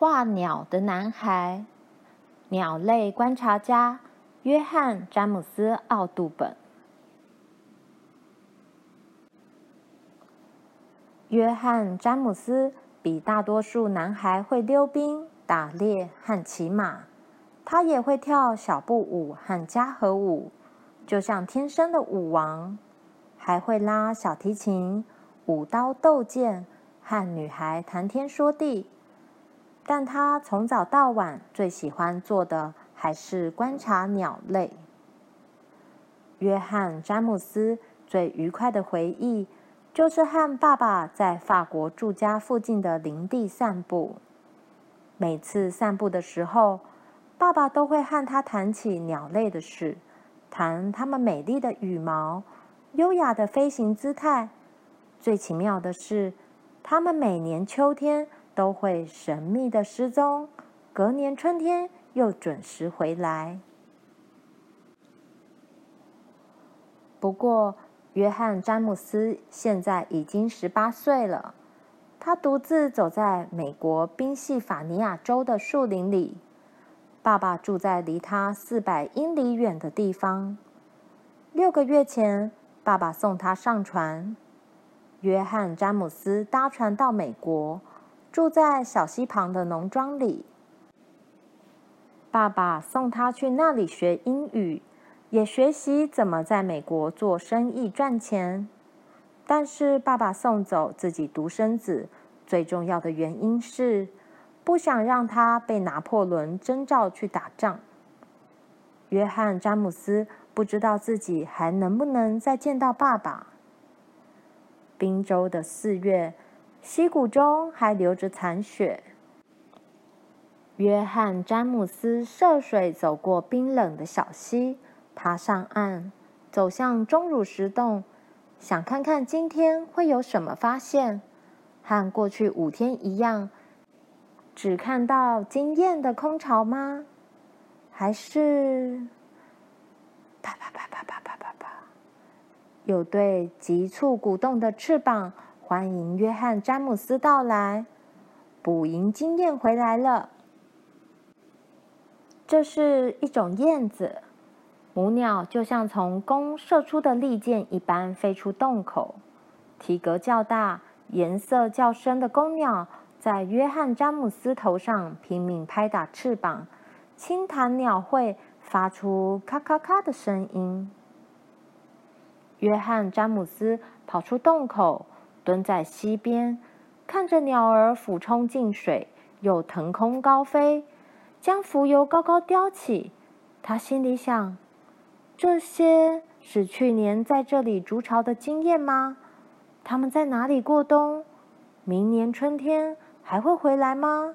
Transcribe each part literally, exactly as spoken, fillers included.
画鸟的男孩，鸟类观察家约翰·詹姆斯·奥杜本。约翰·詹姆斯比大多数男孩会溜冰、打猎和骑马，他也会跳小步舞和嘉禾舞，就像天生的舞王，还会拉小提琴、舞刀斗剑，和女孩谈天说地。但他从早到晚最喜欢做的还是观察鸟类。约翰·詹姆斯最愉快的回忆就是和爸爸在法国住家附近的林地散步。每次散步的时候，爸爸都会和他谈起鸟类的事，谈它们美丽的羽毛、优雅的飞行姿态。最奇妙的是，它们每年秋天都会神秘的失踪，隔年春天又准时回来。不过，约翰·詹姆斯现在已经十八岁了。他独自走在美国宾夕法尼亚州的树林里，爸爸住在离他四百英里远的地方。六个月前，爸爸送他上船。约翰·詹姆斯搭船到美国，住在小溪旁的农庄里。爸爸送他去那里学英语，也学习怎么在美国做生意赚钱。但是爸爸送走自己独生子，最重要的原因是不想让他被拿破仑征召去打仗。约翰·詹姆斯不知道自己还能不能再见到爸爸。宾州的四月，溪谷中还留着残雪。约翰·詹姆斯涉水走过冰冷的小溪，爬上岸，走向钟乳石洞，想看看今天会有什么发现。和过去五天一样，只看到惊艳的空巢吗？还是啪啪啪啪啪啪啪啪，有对急促鼓动的翅膀欢迎约翰·詹姆斯到来。捕蝇经验回来了。这是一种燕子，母鸟就像从弓射出的利箭一般飞出洞口。体格较大、颜色较深的公鸟在约翰·詹姆斯头上拼命拍打翅膀，轻弹鸟喙，发出咔咔咔的声音。约翰·詹姆斯跑出洞口，蹲在溪边，看着鸟儿俯冲进水，又腾空高飞，将浮游高高叼起。他心里想：这些是去年在这里筑巢的经验吗？他们在哪里过冬？明年春天还会回来吗？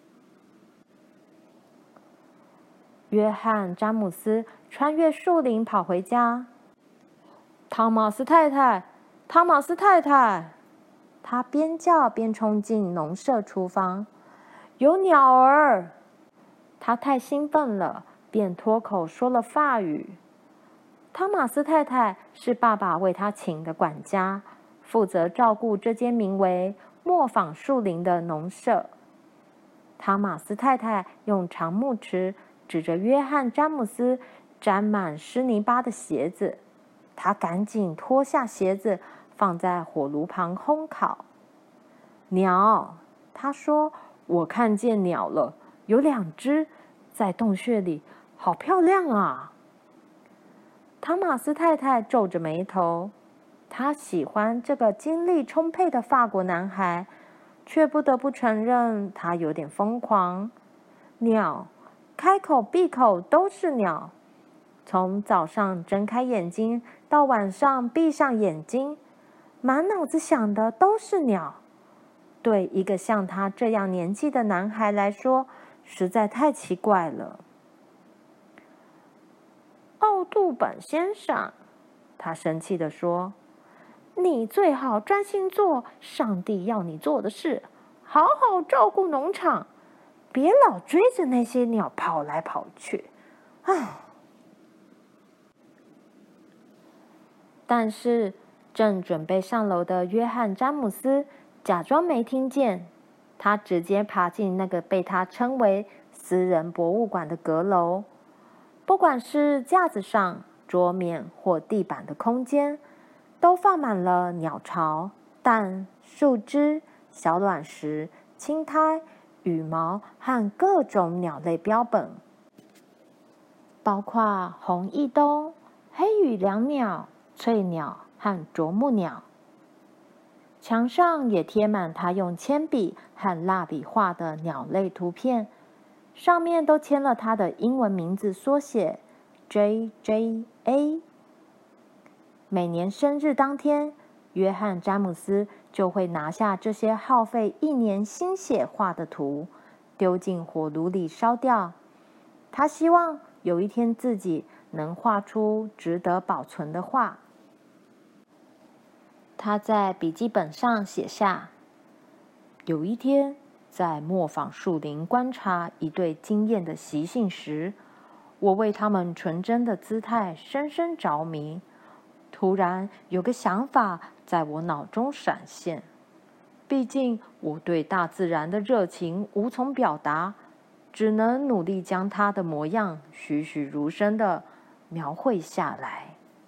约翰·詹姆斯穿越树林跑回家。汤马斯太太，汤马斯太太！他边叫边冲进农舍厨房。有鸟儿！他太兴奋了，便脱口说了法语。汤马斯太太是爸爸为他请的管家，负责照顾这间名为磨坊树林的农舍。汤马斯太太用长木尺指着约翰·詹姆斯沾满湿泥巴的鞋子，他赶紧脱下鞋子，放在火炉旁烘烤。鸟，他说，我看见鸟了，有两只在洞穴里，好漂亮啊！汤马斯太太皱着眉头，她喜欢这个精力充沛的法国男孩，却不得不承认他有点疯狂。鸟，开口闭口都是鸟，从早上睁开眼睛到晚上闭上眼睛，满脑子想的都是鸟。对一个像他这样年纪的男孩来说，实在太奇怪了。奥杜本先生，他生气地说，你最好专心做上帝要你做的事，好好照顾农场，别老追着那些鸟跑来跑去。唉。但是正准备上楼的约翰·詹姆斯假装没听见， 他直接爬进那个被他称为私人博物馆的阁楼。不管是架子上、桌面或地板的空间，都放满了鸟巢、蛋、树枝、小卵石、青苔、羽毛和各种鸟类标本，包括红翼东、黑羽椋鸟、翠鸟和啄木鸟。墙上也贴满他用铅笔和蜡笔画的鸟类图片，上面都签了他的英文名字缩写 J J A。 每年生日当天，约翰·詹姆斯就会拿下这些耗费一年心血画的图，丢进火炉里烧掉。他希望有一天自己能画出值得保存的画。他在笔记本上写下：有一天，在磨坊树林观察一对惊艳的习性时，我为他们纯真的姿态深深着迷。突然有个想法在我脑中闪现，毕竟我对大自然的热情无从表达，只能努力将它的模样栩栩如生地描绘下来。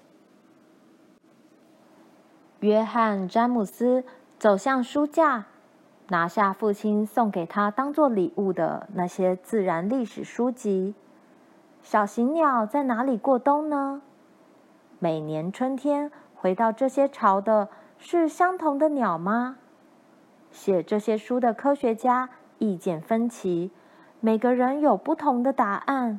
约翰·詹姆斯走向书架，拿下父亲送给他当作礼物的那些自然历史书籍。小型鸟在哪里过冬呢？每年春天回到这些巢的是相同的鸟吗？写这些书的科学家意见分歧，每个人有不同的答案。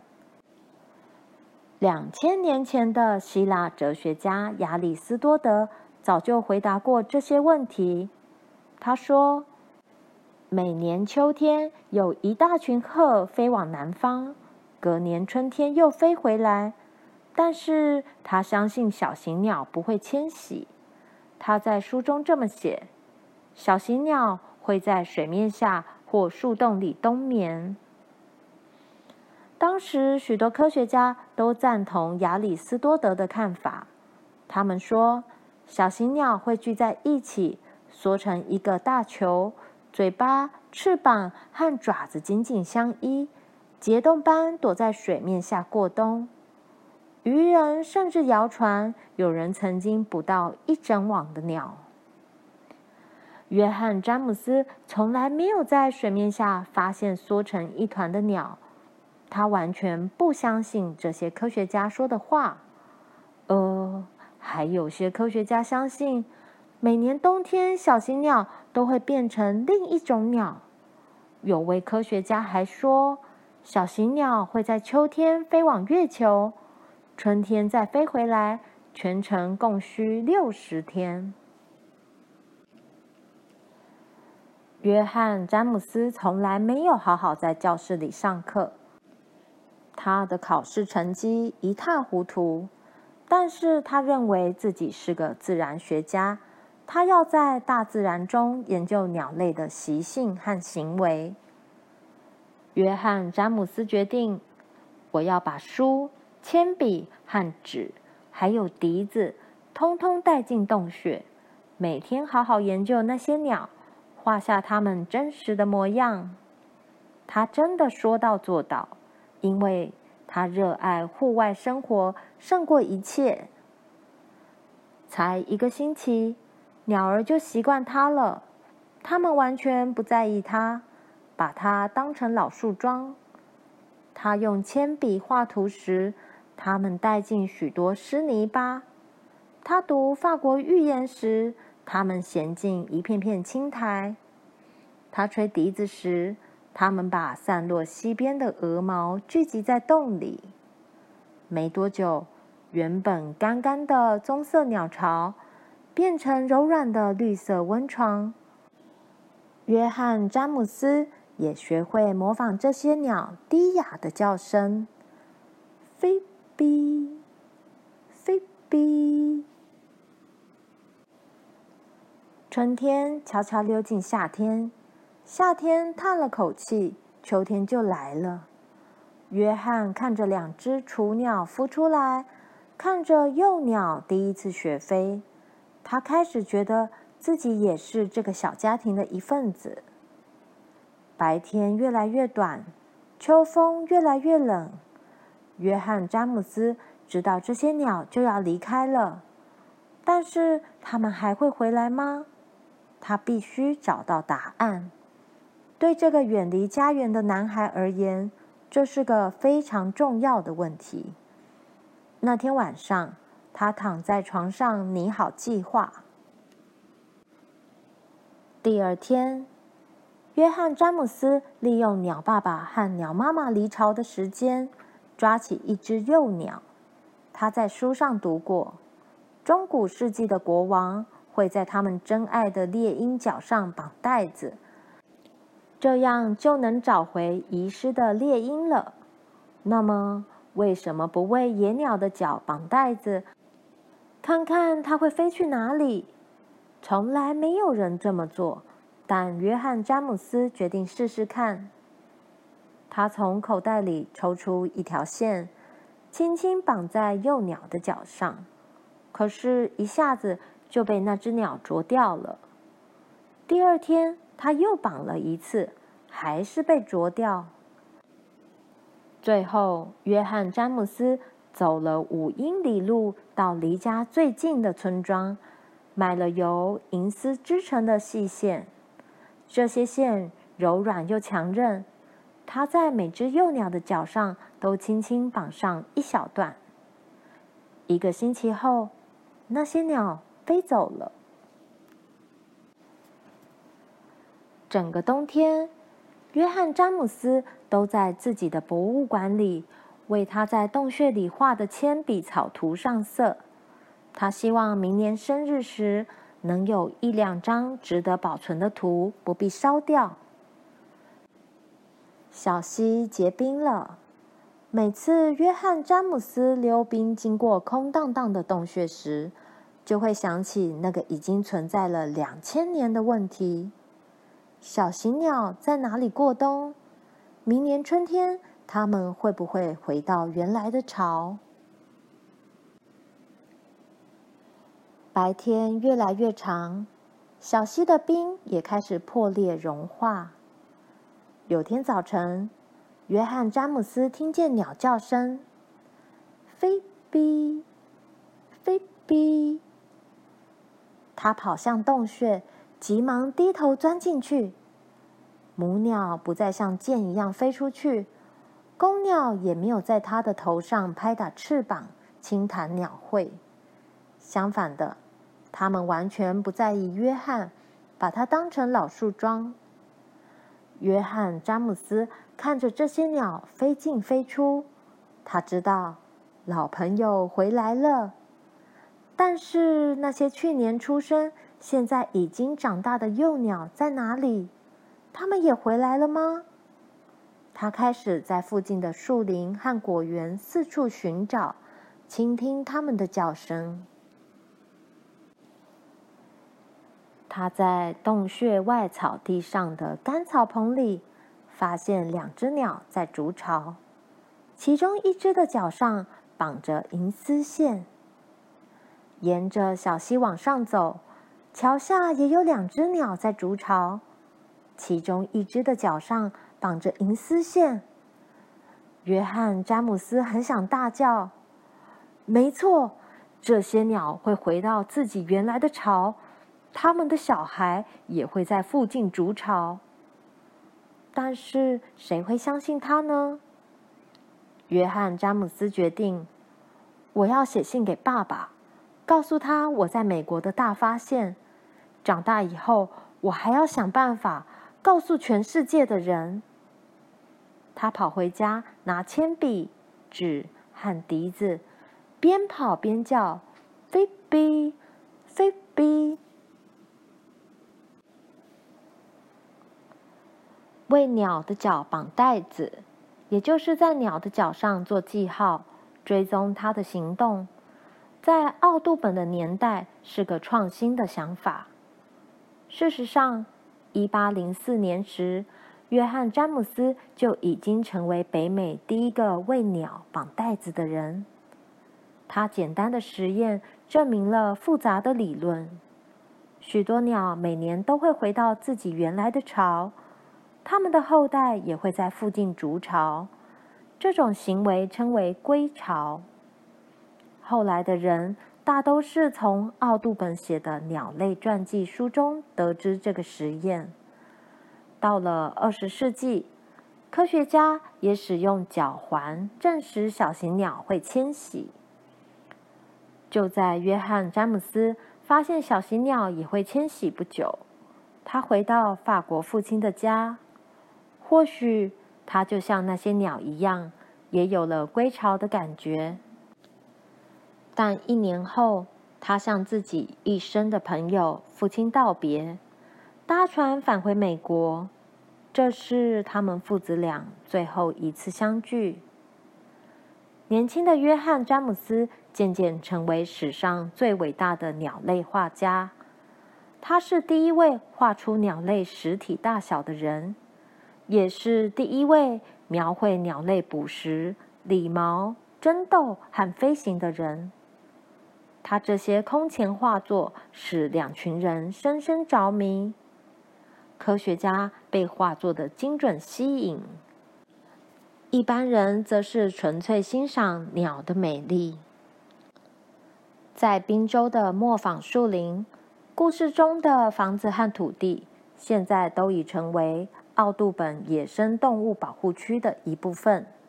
两千年前的希腊哲学家亚里斯多德早就回答过这些问题。他说，每年秋天有一大群鹤飞往南方，隔年春天又飞回来，但是他相信小型鸟不会迁徙。他在书中这么写：小型鸟会在水面下或树洞里冬眠。当时许多科学家都赞同亚里斯多德的看法，他们说，小型鸟会聚在一起，缩成一个大球，嘴巴、翅膀和爪子紧紧相依，结冻般躲在水面下过冬。渔人甚至谣传，有人曾经捕到一整网的鸟。约翰·詹姆斯从来没有在水面下发现缩成一团的鸟，他完全不相信这些科学家说的话。呃，还有些科学家相信，每年冬天小型鸟都会变成另一种鸟。有位科学家还说，小型鸟会在秋天飞往月球，春天再飞回来，全程共需六十天。约翰·詹姆斯从来没有好好在教室里上课，他的考试成绩一塌糊涂，但是他认为自己是个自然学家，他要在大自然中研究鸟类的习性和行为。约翰·詹姆斯决定，我要把书、铅笔和纸，还有笛子，通通带进洞穴，每天好好研究那些鸟，画下它们真实的模样。他真的说到做到，因为他热爱户外生活胜过一切。才一个星期，鸟儿就习惯他了，它们完全不在意他，把它当成老树桩。他用铅笔画图时，它们带进许多湿泥巴；他读法国寓言时，它们衔进一片片青苔；他吹笛子时，它们把散落溪边的鹅毛聚集在洞里。没多久，原本干干的棕色鸟巢变成柔软的绿色温床。约翰·詹姆斯也学会模仿这些鸟低哑的叫声，菲比，菲比。春天悄悄溜进夏天，夏天叹了口气，秋天就来了。约翰看着两只雏鸟孵出来，看着幼鸟第一次学飞，他开始觉得自己也是这个小家庭的一份子。 白天越来越短，秋风越来越冷。约翰·詹姆斯知道这些鸟就要离开了，但是它们还会回来吗？他必须找到答案。对这个远离家园的男孩而言，这是个非常重要的问题。那天晚上，他躺在床上拟好计划。第二天，约翰·詹姆斯利用鸟爸爸和鸟妈妈离巢的时间，抓起一只幼鸟。他在书上读过，中古世纪的国王会在他们珍爱的猎鹰脚上绑带子，这样就能找回遗失的猎鹰了。那么，为什么不为野鸟的脚绑带子，看看它会飞去哪里？从来没有人这么做，但约翰·詹姆斯决定试试看。他从口袋里抽出一条线，轻轻绑在幼鸟的脚上，可是，一下子就被那只鸟啄掉了。第二天，他又绑了一次，还是被啄掉。最后，约翰·詹姆斯走了五英里路，到离家最近的村庄，买了由银丝织成的细线。这些线柔软又强韧，他在每只幼鸟的脚上都轻轻绑上一小段。一个星期后，那些鸟飞走了。整个冬天，约翰·詹姆斯都在自己的博物馆里为他在洞穴里画的铅笔草图上色。他希望明年生日时能有一两张值得保存的图，不必烧掉。小溪结冰了。每次约翰·詹姆斯溜冰经过空荡荡的洞穴时，就会想起那个已经存在了两千年的问题：小型鸟在哪里过冬？明年春天，它们会不会回到原来的巢？白天越来越长，小溪的冰也开始破裂融化。有天早晨，约翰·詹姆斯听见鸟叫声，飞哔，飞哔。他跑向洞穴，急忙低头钻进去。母鸟不再像箭一样飞出去，公鸟也没有在它的头上拍打翅膀，轻弹鸟喙。相反的，它们完全不在意约翰，把他当成老树桩。约翰·詹姆斯看着这些鸟飞进飞出，他知道老朋友回来了。但是那些去年出生、现在已经长大的幼鸟在哪里？它们也回来了吗？他开始在附近的树林和果园四处寻找，倾听它们的叫声。他在洞穴外草地上的干草棚里，发现两只鸟在筑巢，其中一只的脚上绑着银丝线。沿着小溪往上走，桥下也有两只鸟在筑巢，其中一只的脚上绑着银丝线。约翰·詹姆斯很想大叫：没错，这些鸟会回到自己原来的巢，他们的小孩也会在附近筑巢。但是谁会相信他呢？约翰·詹姆斯决定，我要写信给爸爸，告诉他我在美国的大发现。长大以后，我还要想办法告诉全世界的人。他跑回家，拿铅笔、纸和笛子，边跑边叫：飞哔，飞哔。为鸟的脚绑带子，也就是在鸟的脚上做记号，追踪它的行动，在奥杜本的年代是个创新的想法。事实上，一八零四年时，约翰·詹姆斯就已经成为北美第一个为鸟绑带子的人。他简单的实验证明了复杂的理论。许多鸟每年都会回到自己原来的巢， 它们的后代也会在附近筑巢，这种行为称为归巢。后来的人大都是从奥杜本写的鸟类传记书中得知这个实验。到了二十世纪，科学家也使用脚环证实小型鸟会迁徙。就在约翰·詹姆斯发现小型鸟也会迁徙不久，他回到法国父亲的家。或许他就像那些鸟一样，也有了归巢的感觉。但一年后，他向自己一生的朋友父亲道别，搭船返回美国。这是他们父子俩最后一次相聚。年轻的约翰·詹姆斯渐渐成为史上最伟大的鸟类画家。他是第一位画出鸟类实体大小的人，也是第一位描绘鸟类捕食、理毛、争斗和飞行的人。他这些空前画作使两群人深深着迷。科学家被画作的精准吸引，一般人则是纯粹欣赏鸟的美丽。在宾州的磨坊树林，故事中的房子和土地，现在都已成为奥杜本野生动物保护区的一部分。